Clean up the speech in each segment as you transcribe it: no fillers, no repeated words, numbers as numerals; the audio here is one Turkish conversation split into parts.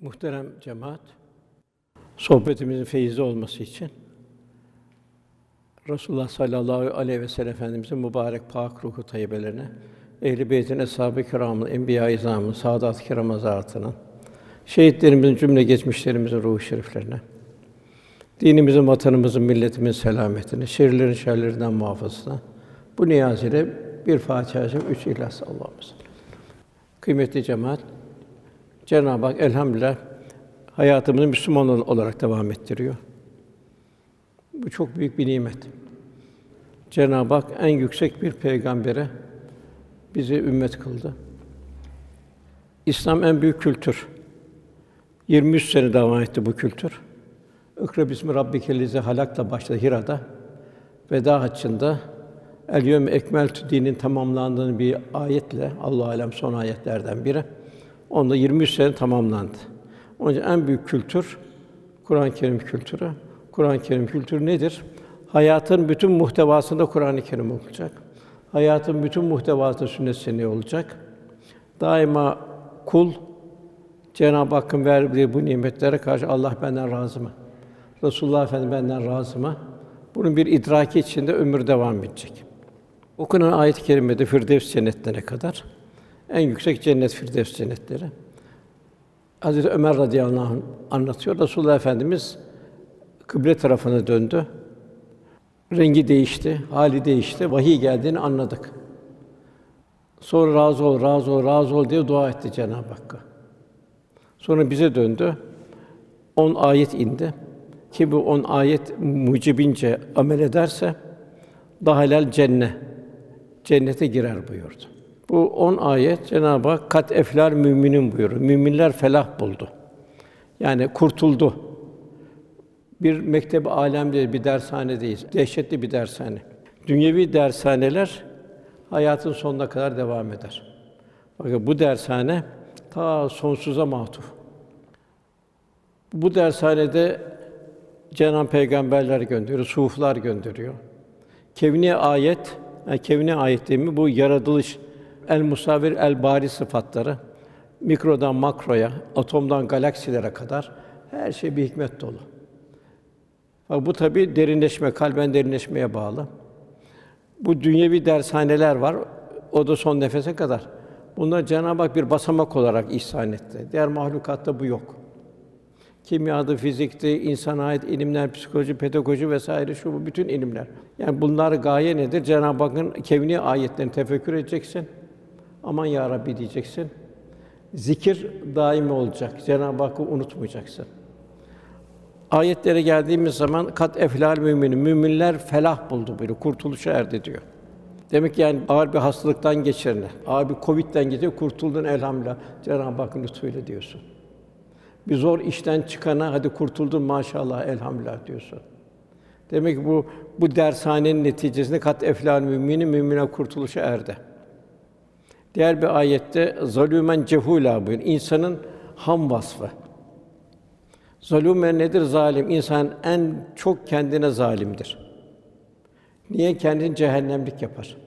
Muhterem cemaat, sohbetimizin feyizli olması için Resulullah sallallahu aleyhi ve sellem Efendimizin mübarek pak ruhu tayyibelerine, ehl-i beytin, eshab-ı kirâmın, enbiya-i izâmın, saadat-ı kirâm hazretlerinin, şehitlerimizin cümle geçmişlerimizin ruhu şeriflerine, dinimizin, vatanımızın, milletimizin selametine, şerlerin şerlerinden muhafazasına bu niyaz ile bir Fatiha-i 3 İhlas Allahümme salli. Kıymetli cemaat, Cenab-ı Hak elhamdülillah hayatımızı Müslüman olarak devam ettiriyor. Bu çok büyük bir nimet. Cenab-ı Hak en yüksek bir peygambere bizi ümmet kıldı. İslam en büyük kültür. 23 sene devam etti bu kültür. İkra bismi rabbikellezî halak'la başladı Hira'da. Veda haccında el yevme ekmeltü dinin tamamlandığını bir ayetle, Allah alem son ayetlerden biri. Onda 23 sene tamamlandı. Onun için en büyük kültür Kur'an-ı Kerim kültürü. Kur'an-ı Kerim kültürü nedir? Hayatın bütün muhtevasında Kur'an-ı Kerim olacak. Hayatın bütün muhtevasında sünnet-i seniyye olacak. Daima kul Cenab-ı Hakk'ın verdiği bu nimetlere karşı Allah benden razı mı? Resulullah Efendimiz benden razı mı? Bunun bir idraki içinde ömür devam edecek. Okunan ayet-i kerimede Firdevs cennetlerine kadar en yüksek cennet Firdevs cennetleri. Hazreti Ömer radıyallahu anh anlatıyor. Resulullah Efendimiz kıble tarafına döndü. Rengi değişti, hali değişti. Vahiy geldiğini anladık. Sonra razı ol, razı ol, razı ol diye dua etti Cenab-ı Hakk'a. Sonra bize döndü. 10 ayet indi. Ki bu 10 ayet mucibince amel ederse dâhilel cennete girer buyurdu. Bu 10 ayet Cenab-ı Hak kat eflâl müminin buyuruyor. Müminler felah buldu. Yani kurtuldu. Bir mektep-i âlemde, bir dershanedeyiz. Dehşetli bir dershane. Dünyevi dershaneler hayatın sonuna kadar devam eder. Bakın bu dershane ta sonsuza matuf. Bu dershanede Cenab-ı Peygamberler gönderiyor, suflar gönderiyor. Kevni ayet, yani kevni ayet değil mi? Bu yaratılış, el musavvir, el bari sıfatları, mikrodan makroya, atomdan galaksilere kadar her şey bir hikmet dolu. Bak bu tabii derinleşme, kalben derinleşmeye bağlı. Bu dünyevi dershaneler var, o da son nefese kadar. Bunlar Cenab-ı Hak bir basamak olarak ihsan etti. Diğer mahlukatta bu yok. Kimyada, fizikte, insana ait ilimler, psikoloji, pedagoji vesaire şu bu bütün ilimler. Yani bunlar gaye nedir? Cenab-ı Hakk'ın kevni ayetlerini tefekkür edeceksin. Aman ya Rabbi diyeceksin. Zikir daimi olacak. Cenab-ı Hakk'ı unutmayacaksın. Ayetlere geldiğimiz zaman kat eflâl müminin, müminler felah buldu buyuruyor, kurtuluşa erdi diyor. Demek ki yani ağır bir hastalıktan geçirene, ağır bir Covid'den geçirene kurtuldun elhamdülillah Cenab-ı Hakk'ın lütfuyla diyorsun. Bir zor işten çıkana hadi kurtuldun maşallah elhamdülillah diyorsun. Demek ki bu dershanenin neticesinde kat eflâl müminin, mümine kurtuluşa erdi. Diğer bir ayette zalûmen cehûlâ buyuruyor. İnsanın ham vasfı. Zalûmen nedir? Zalim. İnsan en çok kendine zalimdir. Niye? Kendini cehennemlik yapar.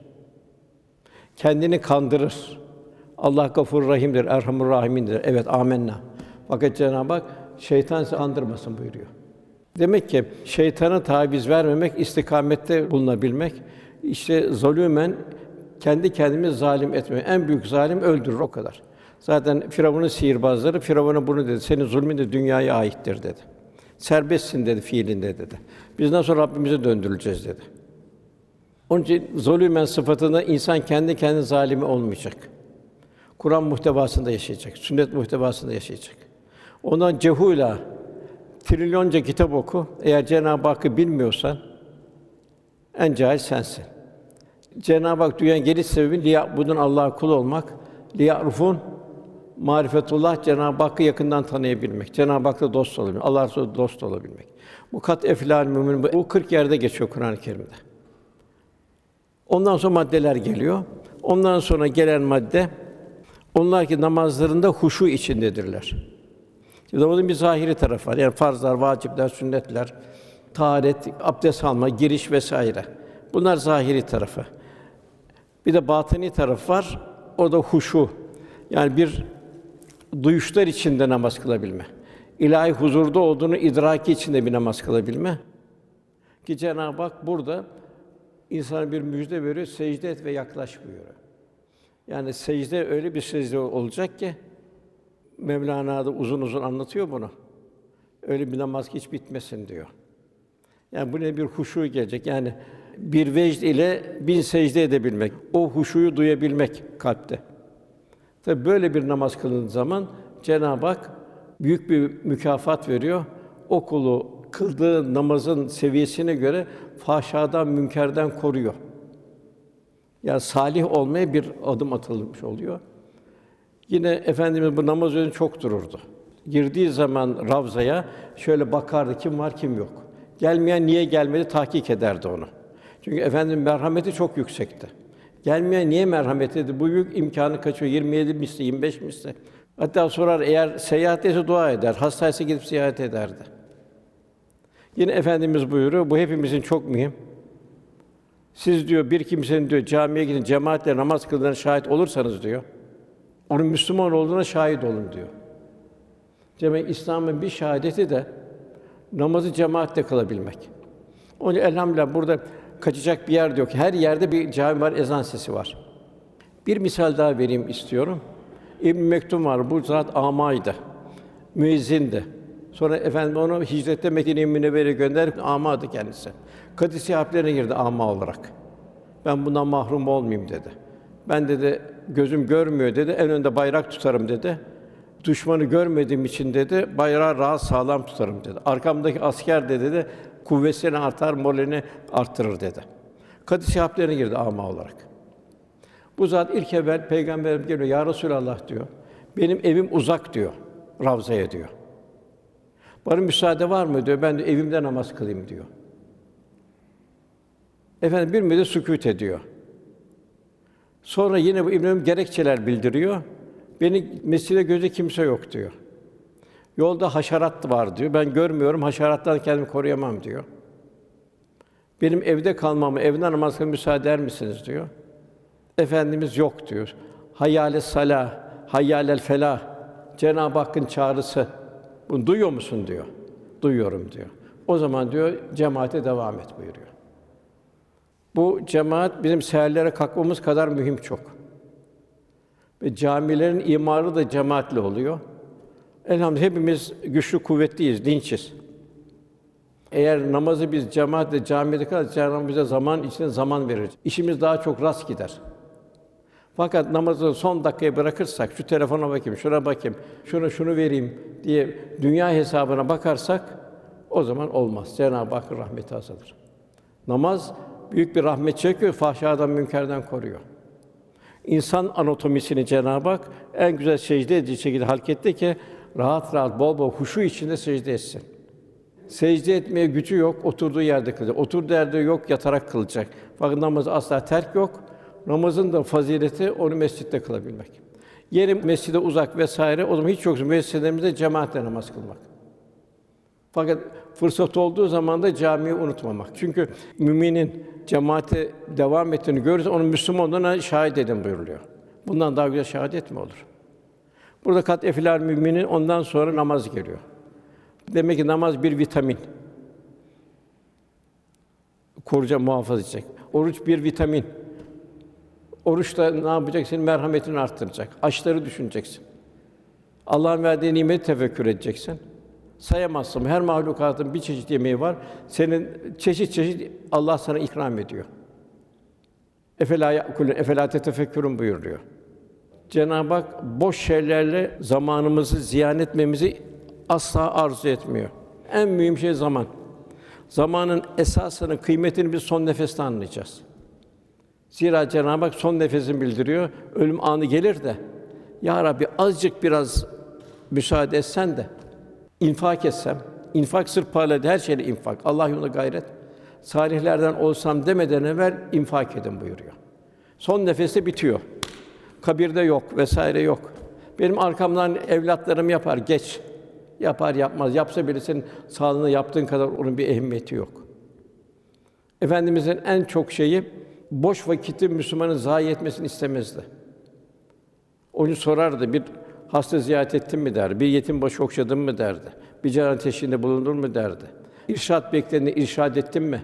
Kendini kandırır. Allah Gafur Rahim'dir, Erhamur Rahim'indir. Evet, âmennâ. Fakat Cenab-ı Hak şeytan sizi andırmasın buyuruyor. Demek ki şeytana taviz vermemek, istikamette bulunabilmek. İşte zalûmen kendi kendimizi zalim etmemek. En büyük zalim öldürür o kadar. Zaten Firavun'un sihirbazları Firavun'a bunu dedi. Senin zulmün de dünyaya aittir dedi. Serbestsin dedi fiilinde dedi. Biz nasıl Rabbimize döndürüleceğiz dedi. Onun için zulümen sıfatında insan kendi kendine zalimi olmayacak. Kur'an muhtevasında yaşayacak, sünnet muhtevasında yaşayacak. Ondan cehûlâ, trilyonca kitap oku. Eğer Cenab-ı Hakk'ı bilmiyorsan en cahil sensin. Cenab-ı Hak dünyaya geliş sebebi liya'budun Allah'a kul olmak, liya'rifûn marifetullah Cenab-ı Hakk'ı yakından tanıyabilmek, Cenab-ı Hak'la dost olabilmek, Allah Resulü dost olabilmek. Bu kat eflâl mümin bu 40 yerde geçiyor Kur'an-ı Kerim'de. Ondan sonra maddeler geliyor. Ondan sonra gelen madde onlar ki namazlarında huşu içindedirler. Namazın bir zahiri tarafı var. Yani farzlar, vacipler, sünnetler, taharet, abdest alma, giriş vesaire. Bunlar zahiri tarafı. Bir de batini taraf var. O da huşu. Yani bir duyuşlar içinde namaz kılabilme. İlahi huzurda olduğunu idraki içinde bir namaz kılabilme. Ki Cenab-ı Hak burada insana bir müjde veriyor, secde et ve yaklaş buyuruyor. Yani secde öyle bir secde olacak ki Mevlana da uzun uzun anlatıyor bunu. Öyle bir namaz ki hiç bitmesin diyor. Yani bu ne bir huşu gelecek. Yani bir vecd ile 1000 secde edebilmek, o huşuyu duyabilmek kalpte. Tabii böyle bir namaz kılındığı zaman Cenab-ı Hak büyük bir mükafat veriyor. O kulu kıldığı namazın seviyesine göre fahşadan, münkerden koruyor. Yani salih olmaya bir adım atılmış oluyor. Yine Efendimiz bu namaz üzerine çok dururdu. Girdiği zaman Ravza'ya şöyle bakardı, kim var kim yok. Gelmeyen niye gelmedi tahkik ederdi onu. Çünkü Efendimiz merhameti çok yüksekti. Gelmeyen niye merhamet dedi? Bu büyük imkânı kaçıyor. 27 misli, 25 misli. Hatta sorar eğer seyahatteyse dua eder, hastaysa gidip ziyaret ederdi. Yine Efendimiz buyuruyor, bu hepimizin çok mühim. Siz diyor bir kimsenin diyor camiye gidin, cemaatle namaz kıldığına şahit olursanız diyor, onun Müslüman olduğuna şahit olun diyor. Demek İslam'ın bir şahadeti de namazı cemaatle kılabilmek. Onun için elhamdülillah burada kaçacak bir yer de yok. Her yerde bir cami var, ezan sesi var. Bir misal daha vereyim istiyorum. İbn Mektum var. Bu zat âmaydı. Müezzindi. Sonra Efendimiz onu hicrette Medine-i Münevvere'ye gönderip âmaydı kendisi. Kadisi harplerine girdi âma olarak. Ben bundan mahrum olmayayım dedi. Ben dedi gözüm görmüyor dedi. En önde bayrak tutarım dedi. Düşmanı görmediğim için dedi bayrağı rahat sağlam tutarım dedi. Arkamdaki asker de dedi kuvvetini artar, moralini arttırır dedi. Kadisi harplerine girdi âma olarak. Bu zat ilk evvel Peygamberimiz geliyor, ya Resulallah diyor. Benim evim uzak diyor, Ravza'ya diyor. Bana müsaade var mı diyor, ben de evimde namaz kılayım diyor. Efendim bir müddet sükût ediyor. Sonra yine bu İbn gerekçeler bildiriyor. Beni mescide gözü kimse yok diyor. Yolda haşerat var diyor. Ben görmüyorum, haşerattan kendimi koruyamam diyor. Benim evde kalmamı, evde namaz kılmama müsaade eder misiniz diyor. Efendimiz yok diyor. Hayyâles salâh, hayyâlel felâh. Cenab-ı Hakk'ın çağrısı. Bunu duyuyor musun diyor. Duyuyorum diyor. O zaman diyor cemaate devam et buyuruyor. Bu cemaat bizim seherlere kalkmamız kadar mühim çok. Ve camilerin imarı da cemaatle oluyor. Elhamdülillah hepimiz güçlü, kuvvetliyiz, dinçiz. Eğer namazı biz cemaatle camide kılarsak Cenab-ı Hak bize zaman içinde zaman verir. İşimiz daha çok rast gider. Fakat namazı son dakikaya bırakırsak, şu telefona bakayım, şuna bakayım, şunu vereyim diye dünya hesabına bakarsak o zaman olmaz. Cenab-ı Hakk'ın rahmeti azalır. Namaz büyük bir rahmet çekiyor, fahşadan, münkerden koruyor. İnsan anatomisini Cenab-ı Hak en güzel secde edici şekilde halketti ki rahat rahat, bol bol huşu içinde secde etsin. Secde etmeye gücü yok, oturduğu yerde kılacak. Oturduğu yerde yok, yatarak kılacak. Fakat namazı asla terk yok. Namazın da fazileti onu mescitte kılabilmek. Yeri mescide uzak vesaire o zaman hiç yoksa müesseselerimizde cemaatle namaz kılmak. Fakat fırsat olduğu zaman da camiyi unutmamak. Çünkü müminin cemaate devam ettiğini görürse onun Müslüman olduğuna şahit edin buyuruluyor. Bundan daha güzel şehadet mi olur? Burada kat efilâl müminin ondan sonra namaz geliyor. Demek ki namaz bir vitamin. Koruyacak, muhafaza edecek. Oruç bir vitamin. Oruç da ne yapacak? Senin merhametini arttıracak. Açları düşüneceksin. Allah'ın verdiği nimeti tefekkür edeceksin. Sayamazsın. Her mahlukatın bir çeşit yemeği var. Senin çeşit çeşit Allah sana ikram ediyor. Efela ya'kulun, efela tetefekkürün buyuruyor. Cenab-ı Hak boş şeylerle zamanımızı ziyan etmemizi asla arzu etmiyor. En mühim şey zaman. Zamanın esasını, kıymetini biz son nefeste anlayacağız. Zira Cenab-ı Hak son nefesini bildiriyor. Ölüm anı gelir de ya Rabbi azıcık biraz müsaade etsen de infak etsem, infak sırf parayla her şeyle infak. Allah yolunda gayret. Salihlerden olsam demeden evvel infak edin buyuruyor. Son nefeste bitiyor. Kabirde yok vesaire yok. Benim arkamdan evlatlarım yapar geç. Yapar yapmaz. Yapsa bile senin sağlığına yaptığın kadar onun bir ehemmiyeti yok. Efendimizin en çok şeyi boş vakiti Müslümanın zayi etmesini istemezdi. Onu sorardı bir Hasta ziyaret ettin mi derdi. Bir yetim başı okşadın mı derdi. Bir can teşhinde bulundun mu derdi. İrşad bekleyenine irşad ettin mi?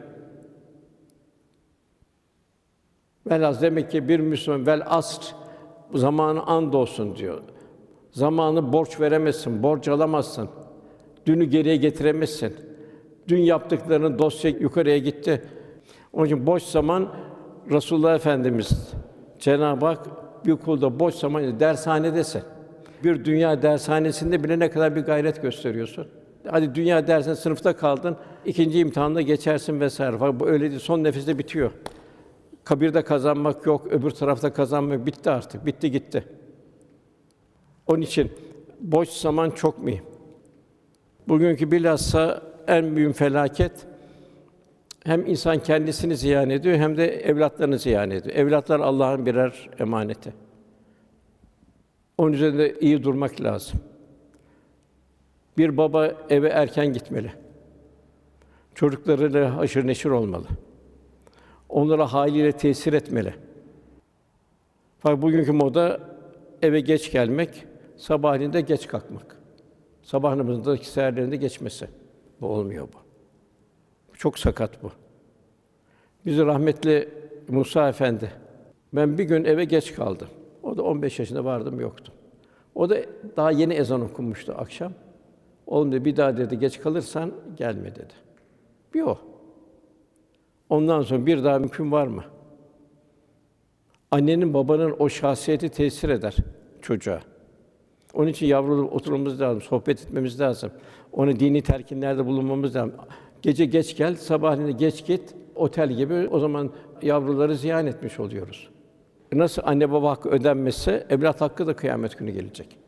Velhâsıl demek ki bir Müslüman vel asr zamanı andolsun diyor. Zamanı borç veremezsin, borç alamazsın. Dünü geriye getiremezsin. Dün yaptıklarının dosya yukarıya gitti. Onun için boş zaman Resulullah Efendimiz Cenab-ı Hak bir kulda boş zaman dershanedesin. Bir dünya dershanesinde bile ne kadar bir gayret gösteriyorsun. Hadi dünya dersinde sınıfta kaldın, ikinci imtihanda geçersin vesaire. Fakat bu öyle değil. Son nefeste bitiyor. Kabirde kazanmak yok, öbür tarafta kazanmak bitti artık. Bitti gitti. Onun için boş zaman çok mühim. Bugünkü bilhassa en büyük felaket hem insan kendisini ziyan ediyor hem de evlatlarını ziyan ediyor. Evlatlar Allah'ın birer emaneti. Onun üzerinde iyi durmak lazım. Bir baba eve erken gitmeli. Çocuklarıyla haşır neşir olmalı. Onlara hâliyle tesir etmeli. Fakat bugünkü moda eve geç gelmek, sabahleyin de geç kalkmak. Sabah namazındaki seherlerinde geçmesi. Bu olmuyor bu. Çok sakat bu. Bizi rahmetli Musa Efendi, ben bir gün eve geç kaldım. O da 15 yaşında vardım, yoktu. O da daha yeni ezan okunmuştu akşam. Oğlum dedi, bir daha dedi geç kalırsan gelme dedi. Bir o. Ondan sonra bir daha mümkün var mı? Annenin, babanın o şahsiyeti tesir eder çocuğa. Onun için yavrulup oturmamız lazım, sohbet etmemiz lazım. Ona dini telkinlerde bulunmamız lazım. Gece geç gel, sabahleyin geç git, otel gibi. O zaman yavruları ziyan etmiş oluyoruz. Nasıl anne baba hakkı ödenmezse, evlat hakkı da kıyamet günü gelecek.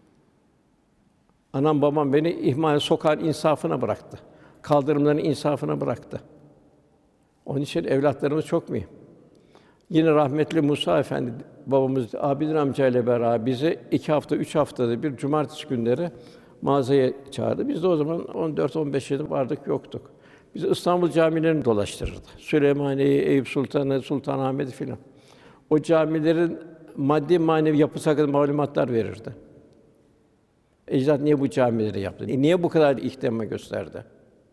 Anam babam beni ihmal sokağın insafına bıraktı. Kaldırımların insafına bıraktı. Onun için evlatlarımız çok mühim. Yine rahmetli Musa Efendi babamız Abidin amcayla beraber bizi 2 hafta, 3 haftada bir cumartesi günleri mağazaya çağırdı. Biz de o zaman 14-15 yaşında vardık, yoktuk. Bizi İstanbul camilerini dolaştırırdı. Süleymaniye'yi, Eyüp Sultan'ı, Sultanahmet'i filan. O camilerin maddi manevi yapısı hakkında malumatlar verirdi. Ecdat niye bu camileri yaptı? Niye bu kadar ihtimam gösterdi?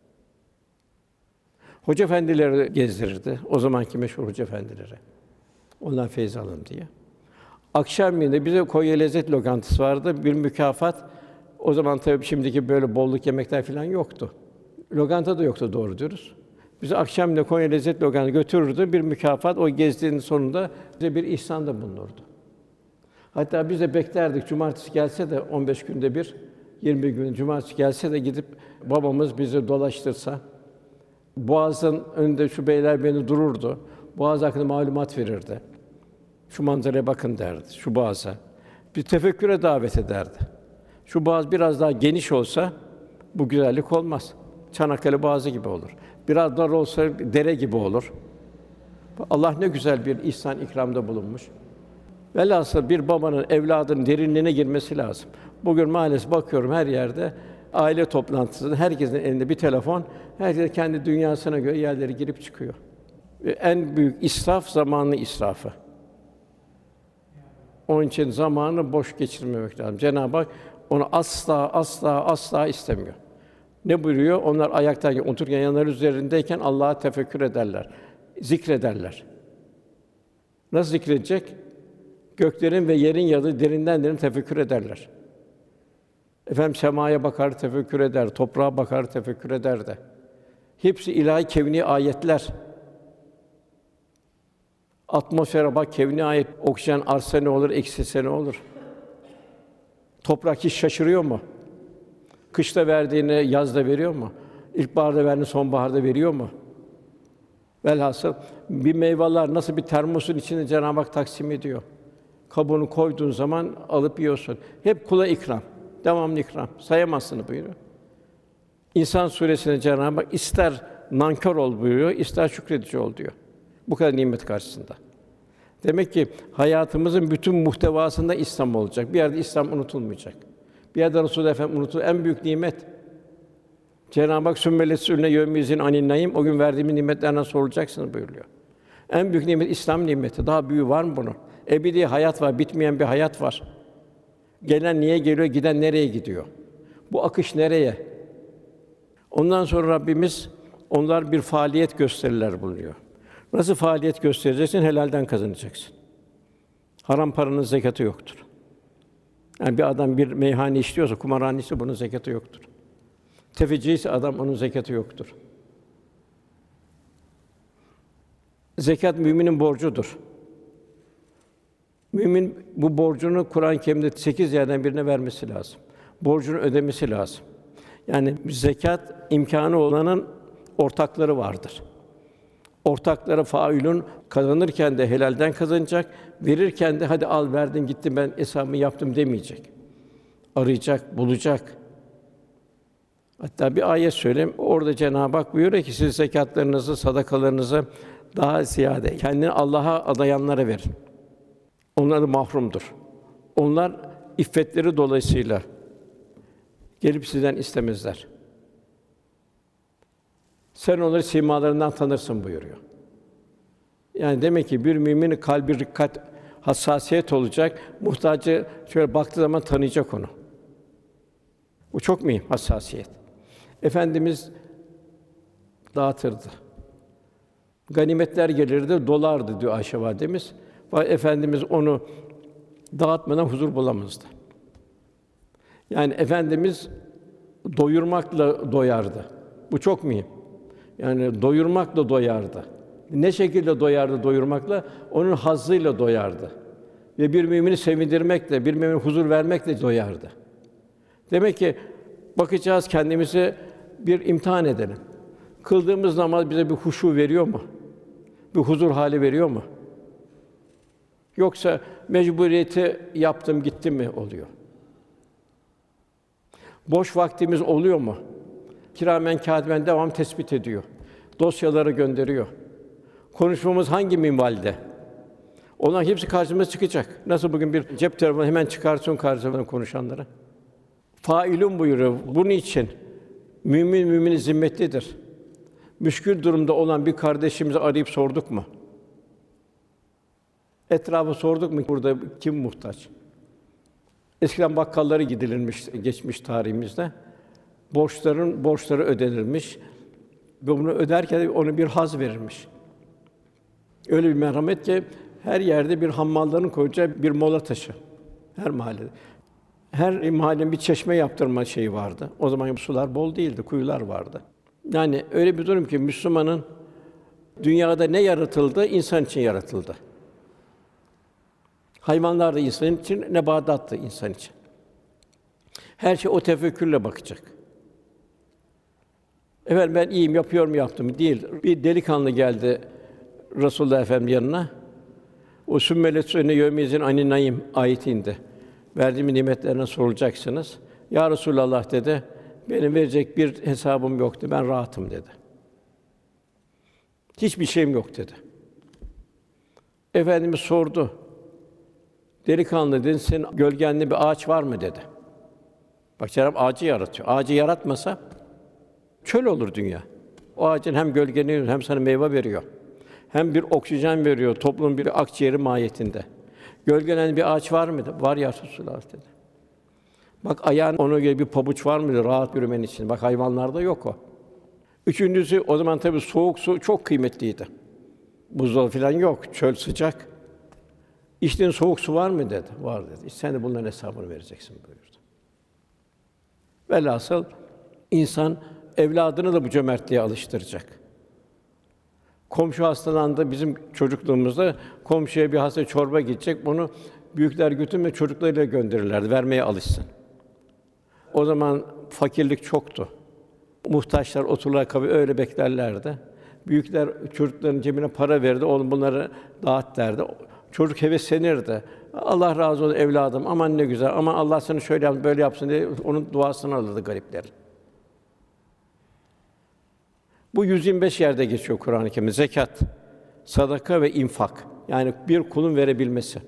Hoca efendileri gezdirirdi. O zamanki meşhur hoca efendileri. Ondan feyz alın diye. Akşamleyin bize Konya Lezzet lokantası vardı. Bir mükafat. O zaman tabii şimdiki böyle bolluk yemekler filan yoktu. Lokanta da yoktu doğru diyoruz. Bizi akşamleyin Konya Lezzet lokantası götürürdü. Bir mükafat o gezdiğinin sonunda bize bir ihsanda bulunurdu. Hatta biz de beklerdik cumartesi gelse de 15 günde bir, 20 gün cumartesi gelse de gidip babamız bizi dolaştırsa. Boğaz'ın önünde şu beylerbeyi dururdu. Boğaz hakkında malumat verirdi. Şu manzaraya bakın derdi, şu boğaza. Bir tefekküre davet ederdi. Şu boğaz biraz daha geniş olsa bu güzellik olmaz. Çanakkale Boğazı gibi olur. Biraz dar olsa dere gibi olur. Allah ne güzel bir ihsan ikramda bulunmuş. Velhasıl bir babanın evladının derinliğine girmesi lazım. Bugün maalesef bakıyorum her yerde aile toplantısında herkesin elinde bir telefon, herkes kendi dünyasına göre yerlere girip çıkıyor. En büyük israf zamanı israfı. Onun için zamanı boş geçirmemek lazım. Cenab-ı Hak onu asla istemiyor. Ne buyuruyor? Onlar ayaktayken, otururken, yanları üzerindeyken Allah'a tefekkür ederler, zikrederler. Nasıl zikredecek? Göklerin ve yerin yadığı derinden derin tefekkür ederler. Efendim semaya bakar, tefekkür eder, toprağa bakar, tefekkür eder de. Hepsi ilahi kevni ayetler. Atmosfere bak, kevni ayet. Oksijen artsa ne olur, eksilse ne olur? Toprak hiç şaşırıyor mu? Kışta verdiğini yazda veriyor mu? İlkbaharda verdiğini sonbaharda veriyor mu? Velhasıl bir meyveler nasıl bir termosun içinde Cenab-ı Hak taksim ediyor. Kabuğunu koyduğun zaman alıp yiyorsun. Hep kula ikram, devamlı ikram. Sayamazsın buyuruyor. İnsan suresinde Cenab-ı Hak ister nankör ol buyuruyor, ister şükredici ol diyor. Bu kadar nimet karşısında. Demek ki hayatımızın bütün muhtevasında İslam olacak. Bir yerde İslam unutulmayacak. Bir yerde Resulullah Efendimiz unutulmayacak. En büyük nimet Cenab-ı Hak sümmeletsülne yevmizin anin naim, o gün verdiğim nimetlerden sorulacaksınız buyuruyor. En büyük nimet İslam nimeti. Daha büyüğü var mı bunun? Ebedi hayat var, bitmeyen bir hayat var. Gelen niye geliyor, giden nereye gidiyor? Bu akış nereye? Ondan sonra Rabbimiz onlar bir faaliyet gösteriler bulunuyor. Nasıl faaliyet göstereceksin? Helalden kazanacaksın. Haram paranın zekatı yoktur. Yani bir adam bir meyhane işliyorsa, kumarhane işliyorsa bunun zekatı yoktur. Tefeciyse adam onun zekatı yoktur. Zekat müminin borcudur. Mümin bu borcunu Kur'an-ı Kerim'de 8 yerden birine vermesi lazım. Borcunu ödemesi lazım. Yani zekat imkânı olanın ortakları vardır. Ortaklara failun kazanırken de helalden kazanacak, verirken de hadi al verdin gitti ben hesabımı yaptım demeyecek. Arayacak, bulacak. Hatta bir ayet söyleyeyim. Orada Cenab-ı Hak buyuruyor ki siz zekâtlarınızı, sadakalarınızı daha ziyade kendini Allah'a adayanlara verin. Onlar da mahrumdur. Onlar iffetleri dolayısıyla gelip sizden istemezler. Sen onları simalarından tanırsın buyuruyor. Yani demek ki bir müminin kalbi rikkat, hassasiyet olacak. Muhtacı şöyle baktığı zaman tanıyacak onu. Bu çok mühim hassasiyet. Efendimiz dağıtırdı. Ganimetler gelirdi, dolardı diyor Ayşe validemiz. Fakat Efendimiz onu dağıtmadan huzur bulamazdı. Yani Efendimiz doyurmakla doyardı. Bu çok mühim. Yani doyurmakla doyardı. Ne şekilde doyardı doyurmakla? Onun hazzıyla doyardı. Ve bir mümini sevindirmekle, bir mümine huzur vermekle doyardı. Demek ki bakacağız kendimizi bir imtihan edelim. Kıldığımız namaz bize bir huşu veriyor mu? Bir huzur hali veriyor mu? Yoksa mecburiyeti yaptım gittim mi oluyor? Boş vaktimiz oluyor mu? Kiramen kâtiben devam tespit ediyor. Dosyaları gönderiyor. Konuşmamız hangi minvalde? Onlar hepsi karşımıza çıkacak. Nasıl bugün bir cep telefonu hemen çıkarsın karşımıza konuşanlara? Failun buyuruyor. Bunun için müminin zimmetlidir. Müşkül durumda olan bir kardeşimizi arayıp sorduk mu? Etrafa sorduk mu burada kim muhtaç? Eskiden bakkallara gidilirmiş geçmiş tarihimizde. Borçları ödenirmiş ve bunu öderken ona bir haz verilmiş. Öyle bir merhamet ki her yerde bir hammalların koyacağı bir mola taşı her mahallede. Her mahallenin bir çeşme yaptırma şeyi vardı. O zaman sular bol değildi, kuyular vardı. Yani öyle bir durum ki Müslümanın dünyada ne yaratıldı? İnsan için yaratıldı. Hayvanlar da insan için, nebatat da insan için. Her şey o tefekkürle bakacak. Efendim ben iyiyim, yaptım değil. Bir delikanlı geldi Resulullah Efendimiz yanına. O sümmeletüne yevmizin anin naim ayeti indi. Verdiğim nimetlerine sorulacaksınız. Ya Resulallah dedi. Benim verecek bir hesabım yoktu. Ben rahatım dedi. Hiçbir şeyim yok dedi. Efendimiz sordu. Delikanlı dedi, senin gölgende bir ağaç var mı dedi. Bak Cenab-ı ağacı yaratıyor. Ağacı yaratmasa çöl olur dünya. O ağacın hem gölgeni hem sana meyve veriyor. Hem bir oksijen veriyor, toplumun bir akciğeri mahiyetinde. Gölgelenen bir ağaç var mı? Var ya Resulullah dedi. Bak ayağın ona göre bir pabuç var mı rahat yürümen için? Bak hayvanlarda yok o. Üçüncüsü o zaman tabii soğuk su çok kıymetliydi. Buzdolabı falan yok, çöl sıcak. İçtiğin soğuk su var mı dedi. Var dedi. Sen de bunların hesabını vereceksin buyurdu. Velhasıl insan evladını da bu cömertliğe alıştıracak. Komşu hastalandı bizim çocukluğumuzda komşuya bir hasta çorba gidecek. Bunu büyükler götürme çocuklarıyla gönderirlerdi. Vermeye alışsın. O zaman fakirlik çoktu. Muhtaçlar otururlar kabı öyle beklerlerdi. Büyükler çocukların cebine para verirdi. Oğlum bunları dağıt derdi. Çocuk heveslenirdi. Allah razı olsun evladım. Aman ne güzel. Aman Allah seni şöyle yapsın, böyle yapsın diye onun duasını alırdı garipler. Bu 125 yerde geçiyor Kur'an-ı Kerim'de. Zekat, sadaka ve infak. Yani bir kulun verebilmesi.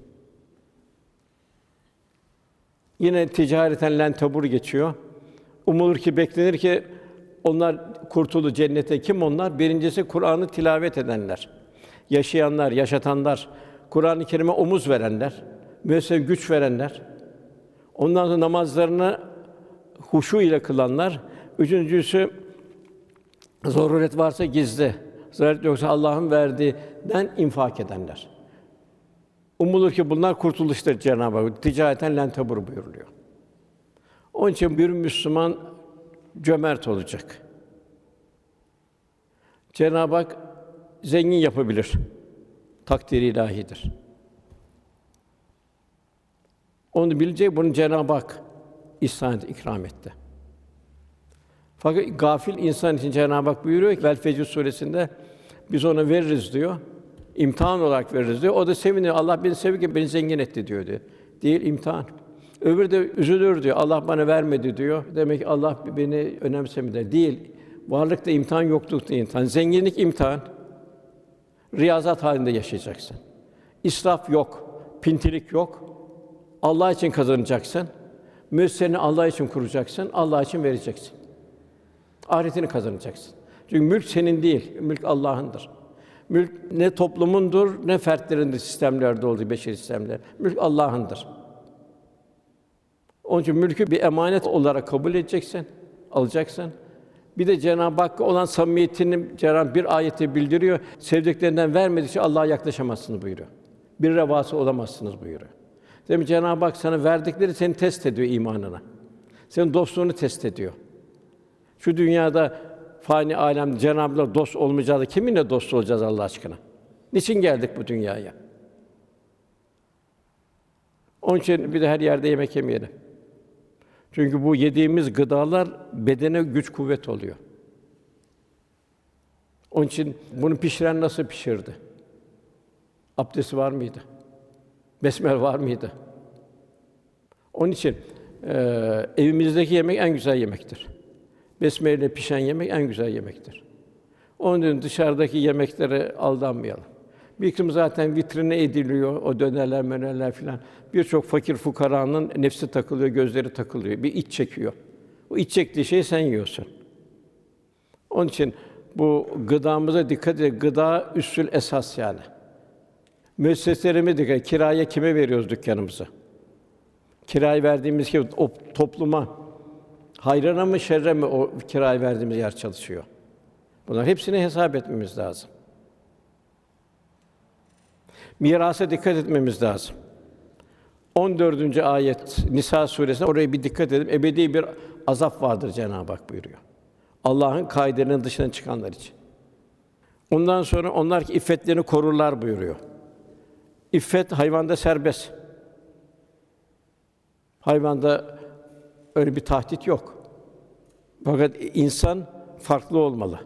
Yine ticareten len tebur geçiyor. Umulur ki, beklenir ki onlar kurtulur cennete. Kim onlar? Birincisi Kur'an'ı tilavet edenler, yaşayanlar, yaşatanlar, Kur'an-ı Kerim'e omuz verenler, müessese güç verenler. Ondan sonra namazlarını huşu ile kılanlar. Üçüncüsü, zaruret varsa gizli, zaruret yoksa Allah'ın verdiğinden infak edenler. Umulur ki bunlar kurtuluştur Cenab-ı Hak. Ticareten len tebur buyuruluyor. Onun için bir Müslüman cömert olacak. Cenab-ı Hak zengin yapabilir. Takdir-i ilahidir. Onu bilecek, bunu Cenab-ı Hak ihsan etti, ikram etti. Fakat gafil insan için Cenab-ı Hak buyuruyor ki Vel Fecr suresinde biz ona veririz diyor. İmtihan olarak veririz diyor. O da seviniyor. Allah beni seviyor ki beni zengin etti diyor. Değil, imtihan. Öbürü de üzülür diyor. Allah bana vermedi diyor. Demek ki Allah beni önemsemedi. Değil. Varlıkta imtihan, yoklukta imtihan. Zenginlik imtihan. Riyazat halinde yaşayacaksın. İsraf yok, pintilik yok. Allah için kazanacaksın. Müesseseni Allah için kuracaksın. Allah için vereceksin. Ahiretini kazanacaksın. Çünkü mülk senin değil, mülk Allah'ındır. Mülk ne toplumundur, ne fertlerindir, sistemlerde olduğu beşeri sistemler. Mülk Allah'ındır. Onun için mülkü bir emanet olarak kabul edeceksin, alacaksın. Bir de Cenab-ı Hakk'a olan samimiyetini Cenab-ı bir ayette bildiriyor. Sevdiklerinden vermedikçe Allah'a yaklaşamazsınız buyuruyor. Bir revası olamazsınız buyuruyor. Demek Cenab-ı Hak sana verdikleri seni test ediyor imanına. Senin dostluğunu test ediyor. Şu dünyada fani alemde Cenab-ı Hak dost olmayacağız. Kiminle dost olacağız Allah aşkına? Niçin geldik bu dünyaya? Onun için bir de her yerde yemek yemeyelim. Çünkü bu yediğimiz gıdalar bedene güç kuvvet oluyor. Onun için bunu pişiren nasıl pişirdi? Abdesti var mıydı? Besmele var mıydı? Onun için evimizdeki yemek en güzel yemektir. Besmele ile pişen yemek en güzel yemektir. Onun için dışarıdaki yemeklere aldanmayalım. Bir kısmı zaten vitrine ediliyor, o dönerler, mönerler filan. Birçok fakir fukaranın nefsi takılıyor, gözleri takılıyor, bir iç çekiyor. O iç çektiği şeyi sen yiyorsun. Onun için bu gıdamıza dikkat edin. Gıda üssül esas yani. Müesseselerime dikkat. Kiraya kime veriyoruz dükkanımızı? Kirayı verdiğimiz gibi o topluma hayrına mı şerre mi o kirayı verdiğimiz yer çalışıyor? Bunlar hepsini hesap etmemiz lazım. Mirasa dikkat etmemiz lazım. 14. ayet Nisa suresinde oraya bir dikkat edin. Ebedi bir azap vardır Cenab-ı Hak buyuruyor. Allah'ın kaidelerinin dışına çıkanlar için. Ondan sonra onlar ki iffetlerini korurlar buyuruyor. İffet hayvanda serbest. Hayvanda öyle bir tahdit yok. Fakat insan farklı olmalı.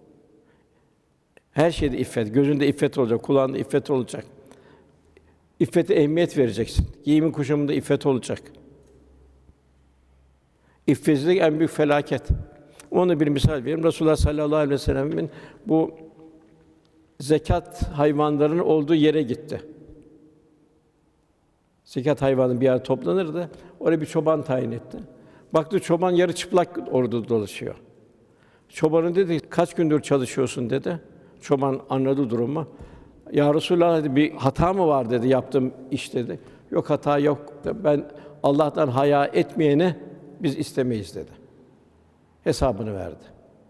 Her şeyde iffet, gözünde iffet olacak, kulağında iffet olacak. İffete ehemmiyet vereceksin. Giyimin kuşamında iffet olacak. İffetsizlik en büyük felaket. Ona bir misal vereyim. Resulullah sallallahu aleyhi ve sellem'in bu zekat hayvanlarının olduğu yere gitti. Zekat hayvanı bir yer toplanırdı. Oraya bir çoban tayin etti. Baktı çoban yarı çıplak orada dolaşıyor. Çobanın dedi, kaç gündür çalışıyorsun dedi. Çoban anladı durumu. Ya Resulallah dedi, bir hata mı var dedi, yaptığım iş dedi. Yok hata yok. Ben Allah'tan haya etmeyeni biz istemeyiz dedi. Hesabını verdi.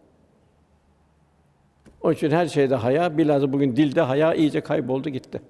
Onun için her şeyde haya, bilhassa bugün dilde haya iyice kayboldu gitti.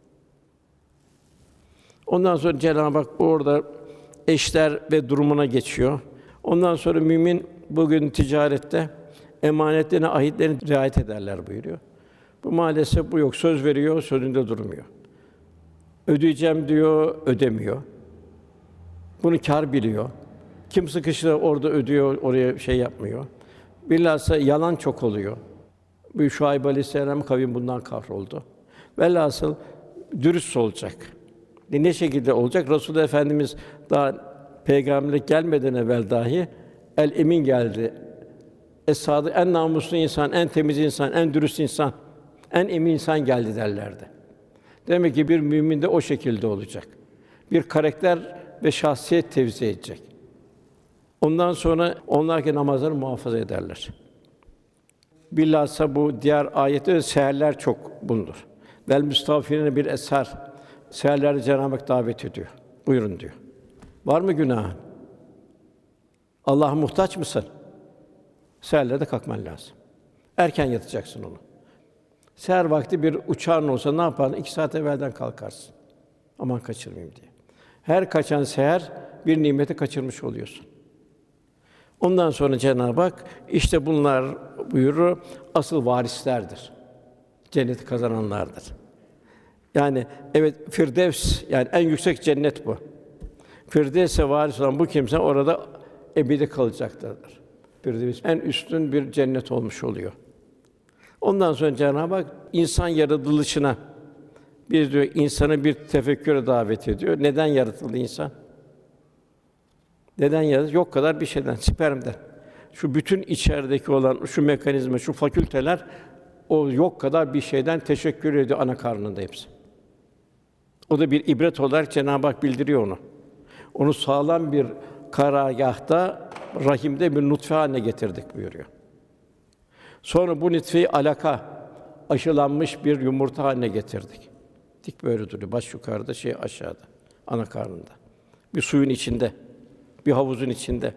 Ondan sonra Cenab-ı Hak orada eşler ve durumuna geçiyor. Ondan sonra mümin bugün ticarette emanetlerine, ahitlerine riayet ederler buyuruyor. Bu maalesef bu yok. Söz veriyor, sözünde durmuyor. Ödeyeceğim diyor, ödemiyor. Bunu kâr biliyor. Kim sıkıştı orada ödüyor, oraya şey yapmıyor. Bilhassa yalan çok oluyor. Bu Şuayb Aleyhisselam kavim bundan kahroldu. Velhasıl dürüst olacak. Ne şekilde olacak? Resulullah Efendimiz daha peygamberlik gelmeden evvel dahi el emin geldi. Es-sadı en namuslu insan, en temiz insan, en dürüst insan, en emin insan geldi derlerdi. Demek ki bir mümin de o şekilde olacak. Bir karakter ve şahsiyet tevzi edecek. Ondan sonra onlar ki namazları muhafaza ederler. Bilhassa bu diğer ayette seherler çok bulunur. Vel müstağfirine bir eser. Seherlerde Cenab-ı Hak davet ediyor. Buyurun diyor. Var mı günahın? Allah'a muhtaç mısın? Seherlerde kalkman lazım. Erken yatacaksın onu. Seher vakti bir uçağın olsa ne yapardın? 2 saat evvelden kalkarsın. Aman kaçırmayayım diye. Her kaçan seher bir nimeti kaçırmış oluyorsun. Ondan sonra Cenab-ı Hak işte bunlar buyurur asıl varislerdir. Cenneti kazananlardır. Yani evet Firdevs yani en yüksek cennet bu. Firdevs'e varis olan bu kimse orada ebedi kalacaktır. Firdevs en üstün bir cennet olmuş oluyor. Ondan sonra Cenab-ı Hak insan yaratılışına diyor insanı bir tefekküre davet ediyor. Neden yaratıldı insan? Neden yaratıldı? Yok kadar bir şeyden, spermden. Şu bütün içerideki olan şu mekanizma, şu fakülteler o yok kadar bir şeyden teşekkür ediyor ana karnında hepsi. O da bir ibret olarak Cenab-ı Hak bildiriyor onu. Onu sağlam bir karargâhta, rahimde bir nutfe haline getirdik buyuruyor. Sonra bu nutfeyi alaka, aşılanmış bir yumurta haline getirdik. Dik böyle duruyor, baş yukarıda, şey aşağıda, ana karnında. Bir suyun içinde, bir havuzun içinde.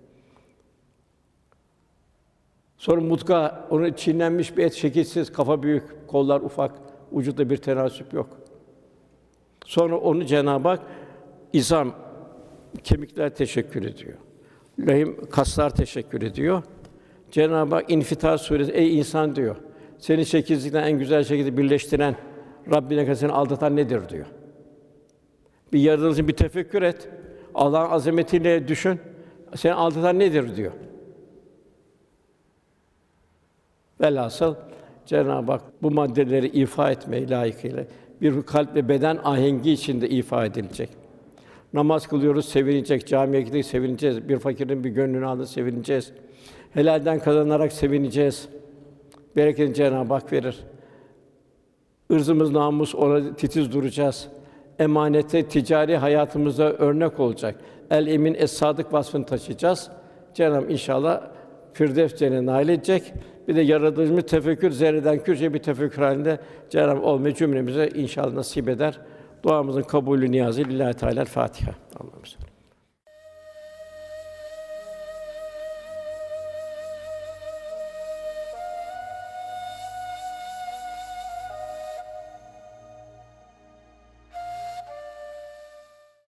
Sonra mudga, onu çiğnenmiş bir et, şekilsiz, kafa büyük, kollar ufak, vücutta bir tenasüp yok. Sonra onu Cenab-ı Hak izam, kemikler teşekkür ediyor. Rahim, kaslar teşekkür ediyor. Cenab-ı Hak İnfitar Suresi ey insan diyor. Seni şekilsizlikten en güzel şekilde birleştiren Rabbine karşı seni aldatan nedir diyor. Bir yaratılışını bir tefekkür et. Allah'ın azametiyle düşün. Seni aldatan nedir diyor. Velhasıl Cenab-ı Hak bu maddeleri ifa etmeyi layıkıyla bir kalp ve beden ahengi içinde ifa edilecek. Namaz kılıyoruz, sevinecek. Camiye gidip sevineceğiz. Bir fakirin bir gönlünü aldı, sevineceğiz. Helalden kazanarak sevineceğiz. Bereketini Cenab-ı Hak verir. Irzımız, namus ona titiz duracağız. Emanete, ticari hayatımızda örnek olacak. El emin, es-sadık vasfını taşıyacağız. Cenab-ı Hak inşallah Firdevs cennetine nail edecek. Bir de yaratılışımız tefekkür zerreden kürce bir tefekkür halinde Cenab-ı Hak olmayı cümlemize inşallah nasip eder. Duamızın kabulü niyazı lillahi teâlâ Fatiha. Allah'ımız.